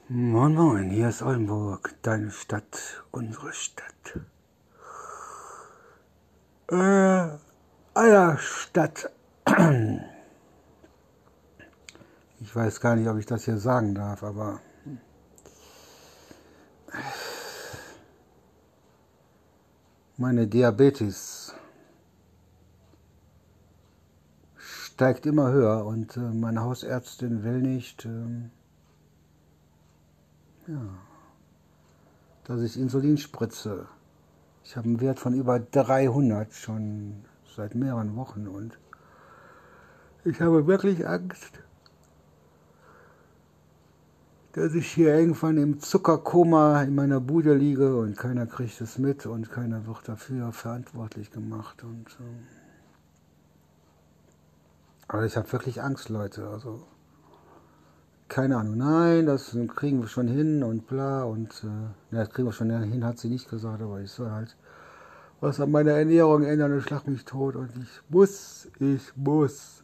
Moin Moin, hier ist Oldenburg, deine Stadt, unsere Stadt. Aller Stadt. Ich weiß gar nicht, ob ich das hier sagen darf, aber meine Diabetes steigt immer höher und meine Hausärztin will nicht, dass ich Insulin spritze. Ich habe einen Wert von über 300 schon seit mehreren Wochen und ich habe wirklich Angst, dass ich hier irgendwann im Zuckerkoma in meiner Bude liege und keiner kriegt es mit und keiner wird dafür verantwortlich gemacht. Aber ich habe wirklich Angst, Leute. Also keine Ahnung. Nein, das kriegen wir schon hin und bla und das kriegen wir schon hin, hat sie nicht gesagt, aber ich soll halt was an meiner Ernährung ändern und schlag mich tot und ich muss.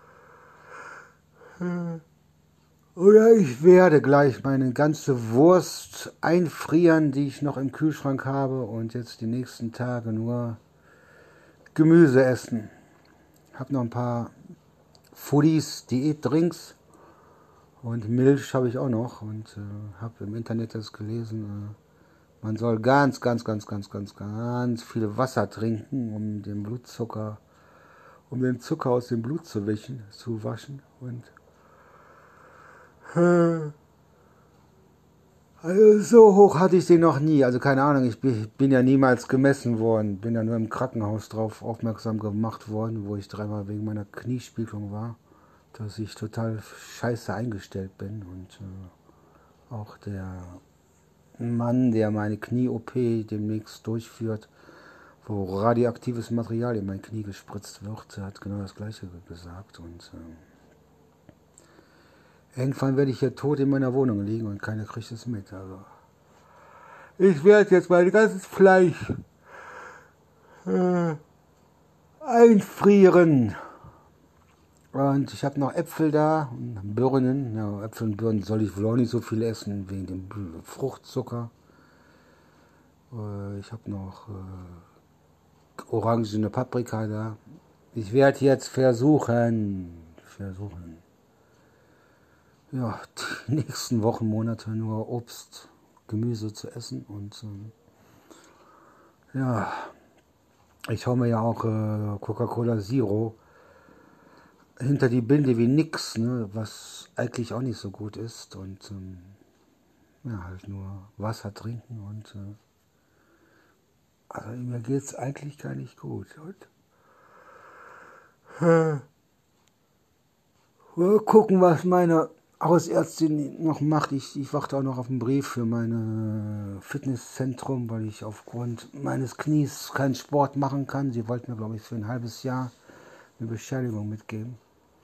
Oder ich werde gleich meine ganze Wurst einfrieren, die ich noch im Kühlschrank habe und jetzt die nächsten Tage nur Gemüse essen. Hab noch ein paar Foodies, Diätdrinks und Milch habe ich auch noch und habe im Internet das gelesen. Man soll ganz viel Wasser trinken, um den Blutzucker, um den Zucker aus dem Blut zu waschen und also so hoch hatte ich den noch nie. Also keine Ahnung, ich bin ja niemals gemessen worden. Bin ja nur im Krankenhaus drauf aufmerksam gemacht worden, wo ich dreimal wegen meiner Kniespiegelung war, dass ich total scheiße eingestellt bin. Und auch der Mann, der meine Knie-OP demnächst durchführt, wo radioaktives Material in mein Knie gespritzt wird, hat genau das Gleiche gesagt. Und irgendwann werde ich hier tot in meiner Wohnung liegen und keiner kriegt es mit. Also ich werde jetzt mein ganzes Fleisch einfrieren. Und ich habe noch Äpfel da, Birnen. Ja, Äpfel und Birnen soll ich wohl auch nicht so viel essen, wegen dem Fruchtzucker. Ich habe noch orangene Paprika da. Ich werde jetzt versuchen, ja, die nächsten Wochen, Monate nur Obst, Gemüse zu essen. Und ja, ich hau mir ja auch Coca-Cola Zero hinter die Binde wie nix, ne, was eigentlich auch nicht so gut ist. Und ja, halt nur Wasser trinken und also mir geht's eigentlich gar nicht gut. Und mal gucken, was meine Hausärztin noch macht. Ich warte auch noch auf einen Brief für mein Fitnesszentrum, weil ich aufgrund meines Knies keinen Sport machen kann. Sie wollten mir, glaube ich, für ein halbes Jahr eine Bescheinigung mitgeben.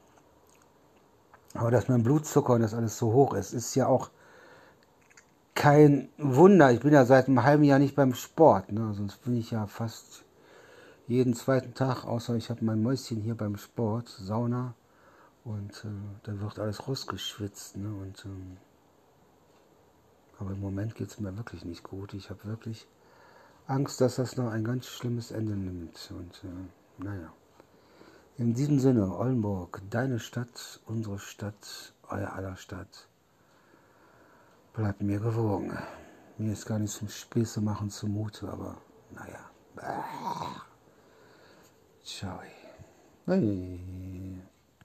Aber dass mein Blutzucker und das alles so hoch ist ja auch kein Wunder. Ich bin ja seit einem halben Jahr nicht beim Sport. Ne? Sonst bin ich ja fast jeden zweiten Tag, außer ich habe mein Mäuschen hier beim Sport, Sauna. Und da wird alles rausgeschwitzt. Ne? Und, aber im Moment geht es mir wirklich nicht gut. Ich habe wirklich Angst, dass das noch ein ganz schlimmes Ende nimmt. Und naja. In diesem Sinne, Oldenburg, deine Stadt, unsere Stadt, euer aller Stadt. Bleibt mir gewogen. Mir ist gar nicht zum Späße machen zumute, aber naja. Ciao. Hey.